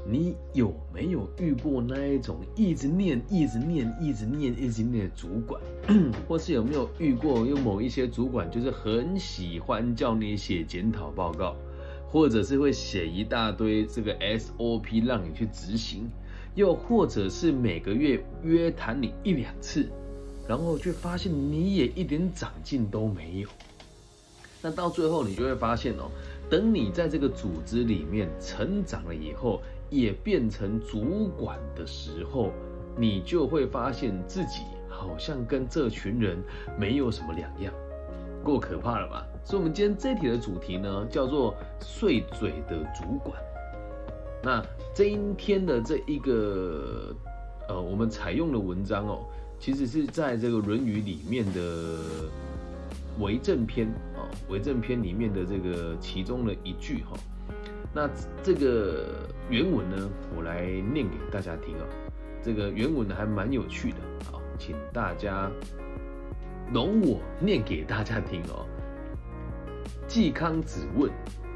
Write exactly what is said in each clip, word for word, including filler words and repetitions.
你有没有遇过那一种一直念、一直念、一直念、一直念的主管？或是有没有遇过有某一些主管就是很喜欢叫你写检讨报告，或者是会写一大堆这个 S O P 让你去执行，又或者是每个月约谈你一两次，然后却发现你也一点长进都没有。那到最后你就会发现哦，等你在这个组织里面成长了以后，也变成主管的时候，你就会发现自己好像跟这群人没有什么两样，够可怕了吧？所以我们今天这一题的主题呢，叫做碎嘴的主管。那今天的这一个呃，我们采用的文章哦，其实是在这个《论语》里面的为政篇啊，为政篇里面的这个其中的一句哈。那这个原文呢，我来念给大家听哦。这个原文还蛮有趣的，好，请大家容我念给大家听哦。季康子问：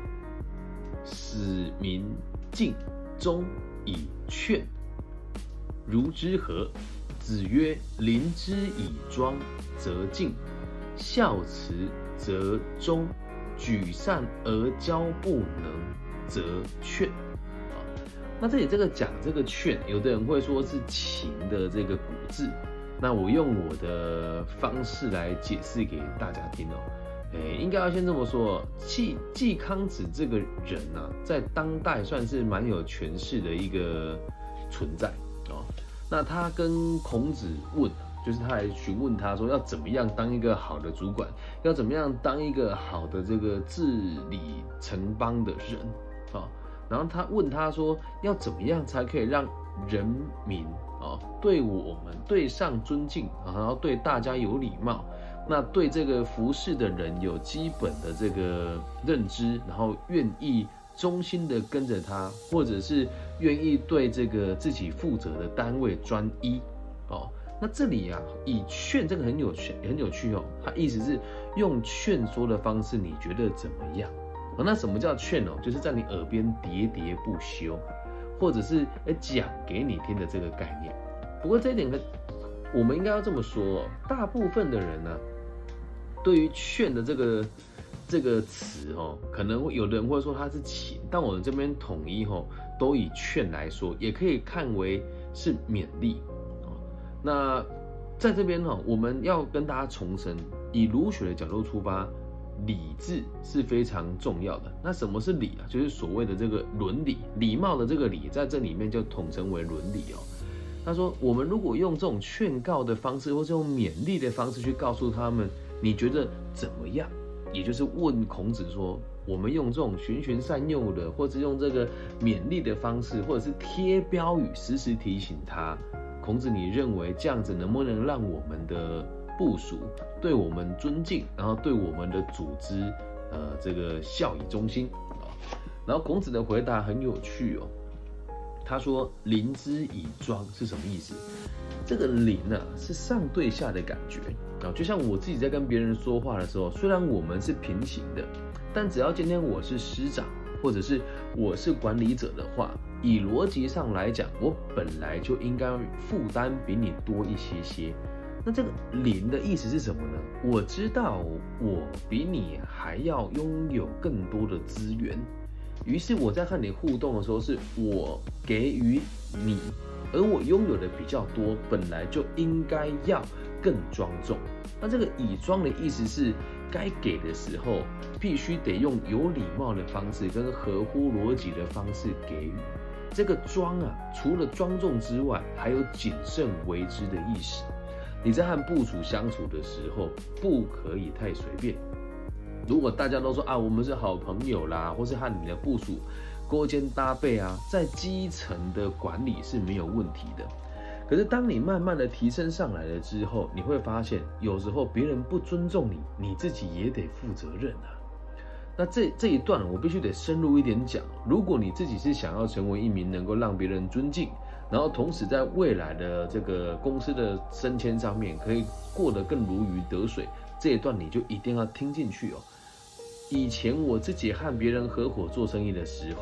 使民敬忠以劝，如之何？子曰：临之以庄，则敬；孝慈则忠；举善而交不能，则劝。那这里这个讲这个劝，有的人会说是秦的这个古字，那我用我的方式来解释给大家听哦。诶，应该要先这么说，季季康子这个人啊，在当代算是蛮有权势的一个存在哦。那他跟孔子问，就是他来询问他说，要怎么样当一个好的主管，要怎么样当一个好的这个治理城邦的人啊。然后他问他说，要怎么样才可以让人民啊对我们对上尊敬，然后对大家有礼貌，那对这个服侍的人有基本的这个认知，然后愿意忠心的跟着他，或者是愿意对这个自己负责的单位专一哦。那这里啊，以劝这个很有趣，很有趣哦。他意思是用劝说的方式，你觉得怎么样？哦，那什么叫劝哦？就是在你耳边喋喋不休，或者是讲给你听的这个概念。不过这一点呢，我们应该要这么说哦，大部分的人呢，对于劝的这个这个词哦，可能有的人会说它是请，但我们这边统一哦，都以劝来说，也可以看为是勉励哦。那在这边哦，我们要跟大家重申，以儒学的角度出发，礼制是非常重要的。那什么是礼啊？就是所谓的这个伦理，礼貌的这个礼，在这里面就统称为伦理哦。他说，我们如果用这种劝告的方式，或是用勉励的方式去告诉他们，你觉得怎么样？也就是问孔子说，我们用这种循循善诱的，或者用这个勉励的方式，或者是贴标语，时时提醒他。孔子，你认为这样子能不能让我们的部属对我们尊敬，然后对我们的组织，呃，这个效以忠心啊？然后孔子的回答很有趣哦，他说：“临之以庄是什么意思？这个临啊，是上对下的感觉啊，就像我自己在跟别人说话的时候，虽然我们是平行的，但只要今天我是师长，或者是我是管理者的话，以逻辑上来讲，我本来就应该负担比你多一些些。那这个临的意思是什么呢？我知道我比你还要拥有更多的资源。”于是我在和你互动的时候，是我给予你，而我拥有的比较多，本来就应该要更庄重。那这个以庄的意思是，该给的时候，必须得用有礼貌的方式跟合乎逻辑的方式给予。这个庄啊，除了庄重之外，还有谨慎为之的意识。你在和部属相处的时候，不可以太随便。如果大家都说啊，我们是好朋友啦，或是和你的部属勾肩搭背啊，在基层的管理是没有问题的。可是当你慢慢的提升上来了之后，你会发现，有时候别人不尊重你，你自己也得负责任啊。那这这一段我必须得深入一点讲。如果你自己是想要成为一名能够让别人尊敬，然后同时在未来的这个公司的升迁上面可以过得更如鱼得水，这一段你就一定要听进去哦。以前我自己和别人合伙做生意的时候，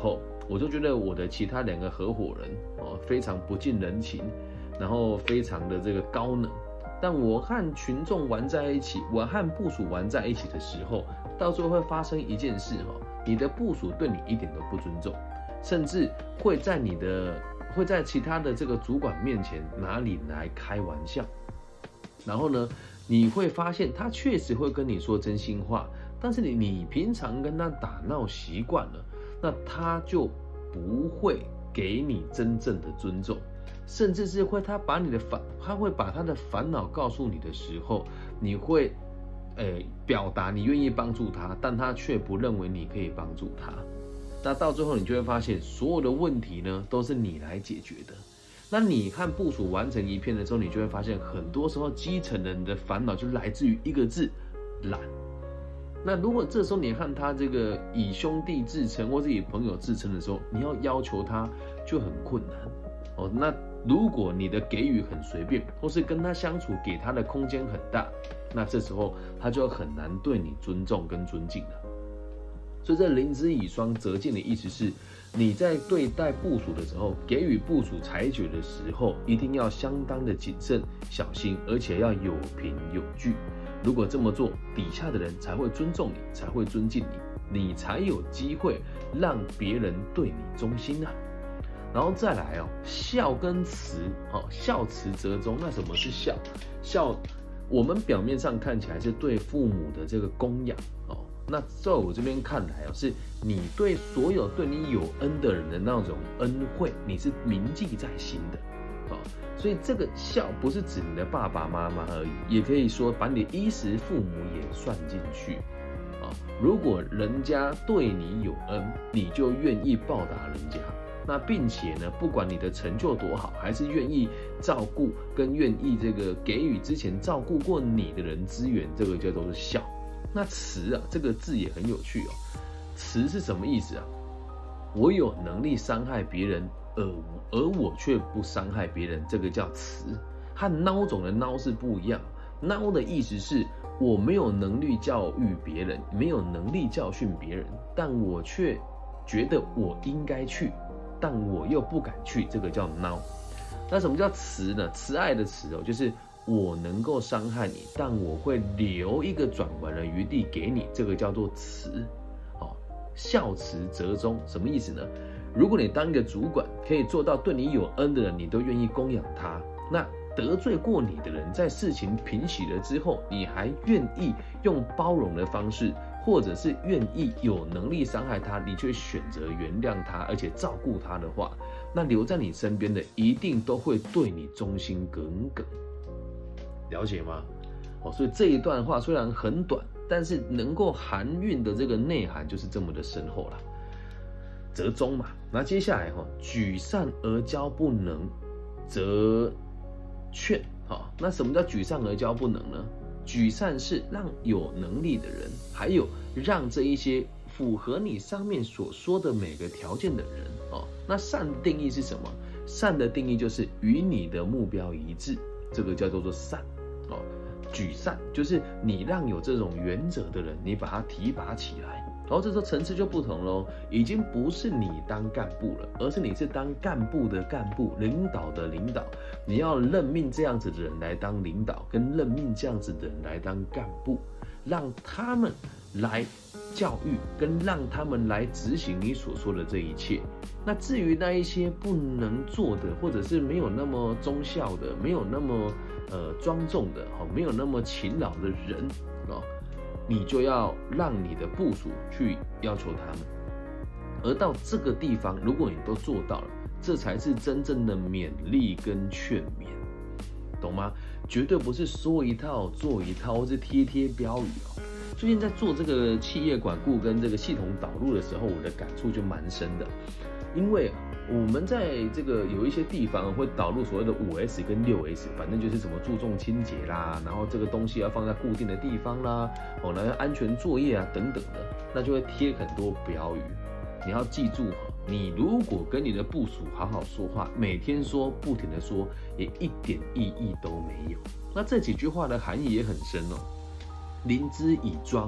我就觉得我的其他两个合伙人哦非常不近人情，然后非常的这个高冷。但我和群众玩在一起，我和部属玩在一起的时候，到最后会发生一件事哈，你的部属对你一点都不尊重，甚至会在你的会在其他的这个主管面前拿你来开玩笑。然后呢，你会发现他确实会跟你说真心话，但是你你平常跟他打闹习惯了，那他就不会给你真正的尊重。甚至是会他把你的烦，他会把他的烦恼告诉你的时候，你会，呃，表达你愿意帮助他，但他却不认为你可以帮助他。那到最后你就会发现，所有的问题呢都是你来解决的。那你和部属完成一片的时候，你就会发现，很多时候基层人的烦恼就来自于一个字：懒。那如果这时候你和他这个以兄弟自称或是以朋友自称的时候，你要要求他就很困难哦。那如果你的给予很随便，或是跟他相处给他的空间很大，那这时候他就很难对你尊重跟尊敬了。所以这临之以双则进的意思是，你在对待部属的时候，给予部属裁决的时候，一定要相当的谨慎小心，而且要有凭有据。如果这么做，底下的人才会尊重你，才会尊敬你，你才有机会让别人对你忠心啊。然后再来哦，孝跟慈，哦，孝慈则忠。那什么是孝？孝，我们表面上看起来是对父母的这个供养哦。那在我这边看来哦，是你对所有对你有恩的人的那种恩惠，你是铭记在心的哦。所以这个孝不是指你的爸爸妈妈而已，也可以说把你的衣食父母也算进去啊。如果人家对你有恩，你就愿意报答人家。那并且呢，不管你的成就多好，还是愿意照顾跟愿意这个给予之前照顾过你的人资源，这个就都是孝。那慈啊，这个字也很有趣哦。慈是什么意思啊？我有能力伤害别人，而而我却不伤害别人，这个叫慈。和孬种的孬是不一样。孬的意思是我没有能力教育别人，没有能力教训别人，但我却觉得我应该去。但我又不敢去，这个叫孬。那什么叫慈呢？慈爱的慈哦，就是我能够伤害你，但我会留一个转圜的余地给你，这个叫做慈。哦，孝慈则忠，什么意思呢？如果你当一个主管，可以做到对你有恩的人，你都愿意供养他，那得罪过你的人，在事情平息了之后，你还愿意用包容的方式，或者是愿意有能力伤害他，你却选择原谅他，而且照顾他的话，那留在你身边的一定都会对你忠心耿耿。了解吗？哦，所以这一段话虽然很短，但是能够含蕴的这个内涵就是这么的深厚了。则忠嘛，那接下来哈，举善而教不能，则劝。好，那什么叫举善而教不能呢？举善是让有能力的人，还有让这一些符合你上面所说的每个条件的人哦。那善的定义是什么？善的定义就是与你的目标一致，这个叫做善哦。举善就是你让有这种原则的人，你把他提拔起来。然后这时候层次就不同喽，已经不是你当干部了，而是你是当干部的干部，领导的领导。你要任命这样子的人来当领导，跟任命这样子的人来当干部，让他们来教育，跟让他们来执行你所说的这一切。那至于那一些不能做的，或者是没有那么忠孝的，没有那么呃庄重的，没有那么勤劳的人哦。你就要让你的部属去要求他们，而到这个地方，如果你都做到了，这才是真正的勉励跟劝勉，懂吗？绝对不是说一套做一套，或是贴贴标语哦。最近在做这个企业管顾跟这个系统导入的时候，我的感触就蛮深的，因为我们在这个有一些地方会导入所谓的五 S 跟六 S， 反正就是什么注重清洁啦，然后这个东西要放在固定的地方啦，哦，然后安全作业啊等等的，那就会贴很多标语。你要记住，你如果跟你的部属好好说话，每天说不停的说，也一点意义都没有。那这几句话的含义也很深哦。临之以庄，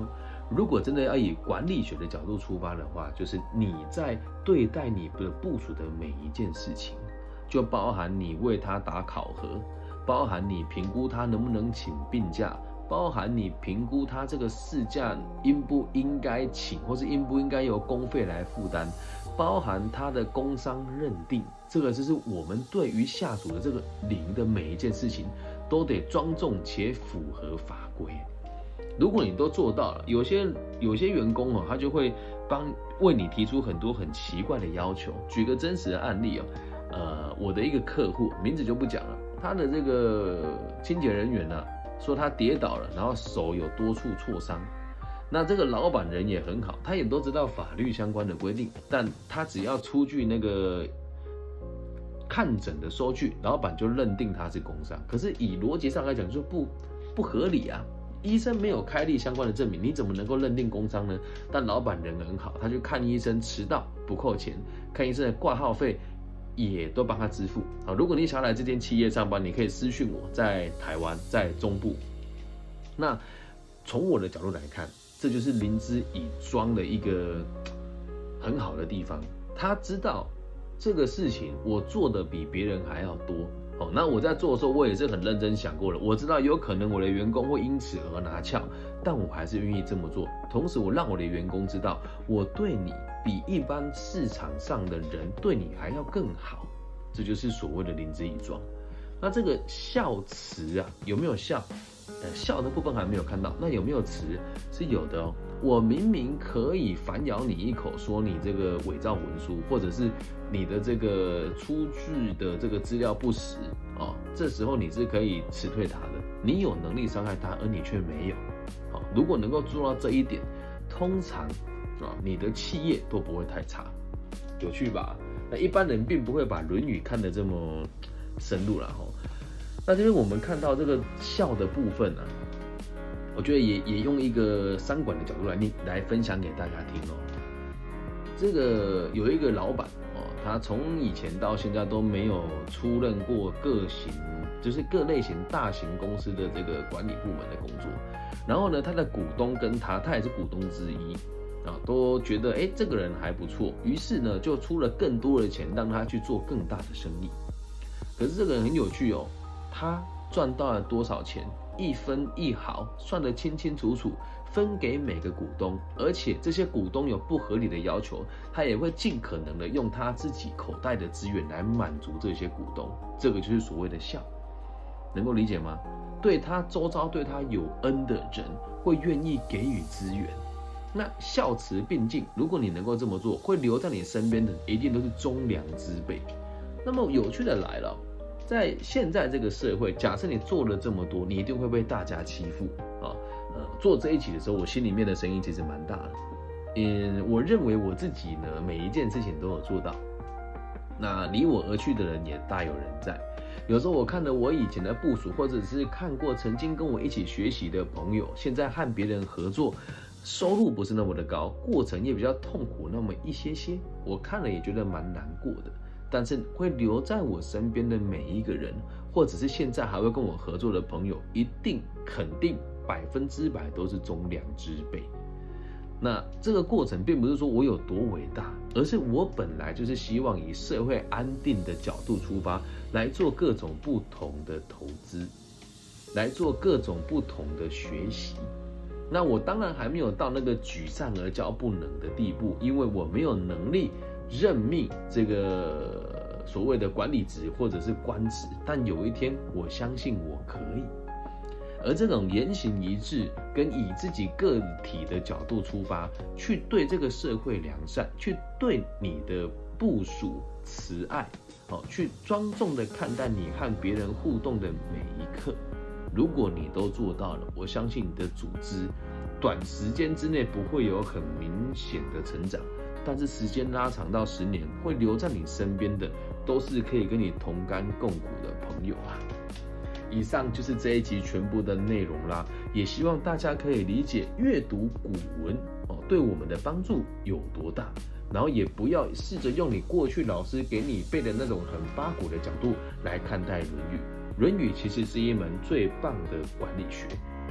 如果真的要以管理学的角度出发的话，就是你在对待你的部属的每一件事情，就包含你为他打考核，包含你评估他能不能请病假，包含你评估他这个事假应不应该请，或是应不应该由公费来负担，包含他的工伤认定，这个就是我们对于下属的这个零的每一件事情，都得庄重且符合法规。如果你都做到了，有些有些员工哦，他就会帮为你提出很多很奇怪的要求。举个真实的案例哦，呃，我的一个客户，名字就不讲了，他的这个清洁人员呢、啊，说他跌倒了，然后手有多处挫伤。那这个老板人也很好，他也都知道法律相关的规定，但他只要出具那个看诊的收据，老板就认定他是工伤。可是以逻辑上来讲，就不不合理啊。医生没有开立相关的证明，你怎么能够认定工伤呢？但老板人很好，他去看医生迟到不扣钱，看医生的挂号费也都帮他支付。好，如果你想要来这间企业上班，你可以私讯我，在台湾，在中部。那从我的角度来看，这就是林之以庄的一个很好的地方。他知道这个事情我做的比别人还要多。哦，那我在做的时候，我也是很认真想过了。我知道有可能我的员工会因此而拿翘，但我还是愿意这么做。同时，我让我的员工知道，我对你比一般市场上的人对你还要更好。这就是所谓的林之以庄。那这个孝慈啊，有没有孝？呃，孝的部分还没有看到，那有没有慈？是有的哦。我明明可以反咬你一口，说你这个伪造文书，或者是你的这个出具的这个资料不实哦，这时候你是可以辞退他的。你有能力伤害他，而你却没有。哦，如果能够做到这一点，通常啊，你的企业都不会太差。有趣吧？那一般人并不会把《论语》看得这么深入啦哈。那这边我们看到这个孝的部分呢、啊，我觉得也也用一个商管的角度来来分享给大家听哦。这个有一个老板哦，他从以前到现在都没有出任过各型，就是各类型大型公司的这个管理部门的工作。然后呢，他的股东跟他，他也是股东之一啊，都觉得哎这个人还不错，于是呢就出了更多的钱让他去做更大的生意。可是这个人很有趣哦。他赚到了多少钱，一分一毫算得清清楚楚，分给每个股东，而且这些股东有不合理的要求，他也会尽可能的用他自己口袋的资源来满足这些股东。这个就是所谓的孝，能够理解吗？对他周遭对他有恩的人，会愿意给予资源。那孝慈并进，如果你能够这么做，会留在你身边的一定都是忠良之辈。那么有趣的来了。在现在这个社会，假设你做了这么多，你一定会被大家欺负啊。呃，做这一期的时候，我心里面的声音其实蛮大的。嗯，我认为我自己呢，每一件事情都有做到。那离我而去的人也大有人在。有时候我看了我以前的部属，或者是看过曾经跟我一起学习的朋友，现在和别人合作，收入不是那么的高，过程也比较痛苦那么一些些，我看了也觉得蛮难过的。但是会留在我身边的每一个人，或者是现在还会跟我合作的朋友，一定肯定百分之百都是忠良之辈。那这个过程并不是说我有多伟大，而是我本来就是希望以社会安定的角度出发，来做各种不同的投资，来做各种不同的学习。那我当然还没有到那个举善而教不能的地步，因为我没有能力任命这个所谓的管理职或者是官职，但有一天我相信我可以。而这种言行一致，跟以自己个体的角度出发，去对这个社会良善，去对你的部属慈爱，哦，去庄重的看待你和别人互动的每一刻。如果你都做到了，我相信你的组织短时间之内不会有很明显的成长，但是时间拉长到十年，会留在你身边的都是可以跟你同甘共苦的朋友啊。以上就是这一集全部的内容啦，也希望大家可以理解阅读古文哦对我们的帮助有多大，然后也不要试着用你过去老师给你背的那种很八股的角度来看待《论语》。《论语》其实是一门最棒的管理学。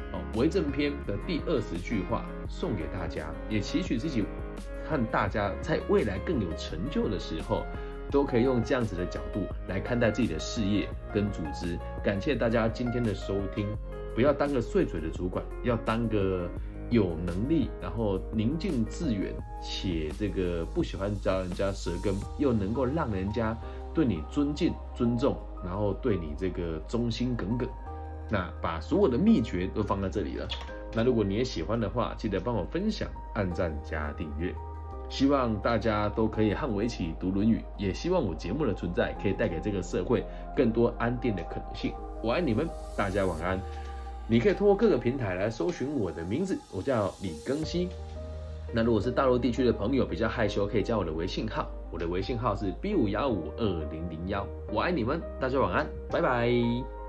哦为政篇的第二十句话送给大家，也期许自己和大家在未来更有成就的时候，都可以用这样子的角度来看待自己的事业跟组织。感谢大家今天的收听，不要当个碎嘴的主管，要当个有能力，然后宁静致远，且这个不喜欢嚼人家舌根，又能够让人家对你尊敬、尊重，然后对你这个忠心耿耿。那把所有的秘诀都放在这里了。那如果你也喜欢的话，记得帮我分享、按赞加订阅。希望大家都可以和我一起读《论语》，也希望我节目的存在可以带给这个社会更多安定的可能性。我爱你们，大家晚安。你可以通过各个平台来搜寻我的名字，我叫李庚希。那如果是大陆地区的朋友比较害羞，可以加我的微信号，我的微信号是 B 五一五二零零一。我爱你们，大家晚安，拜拜。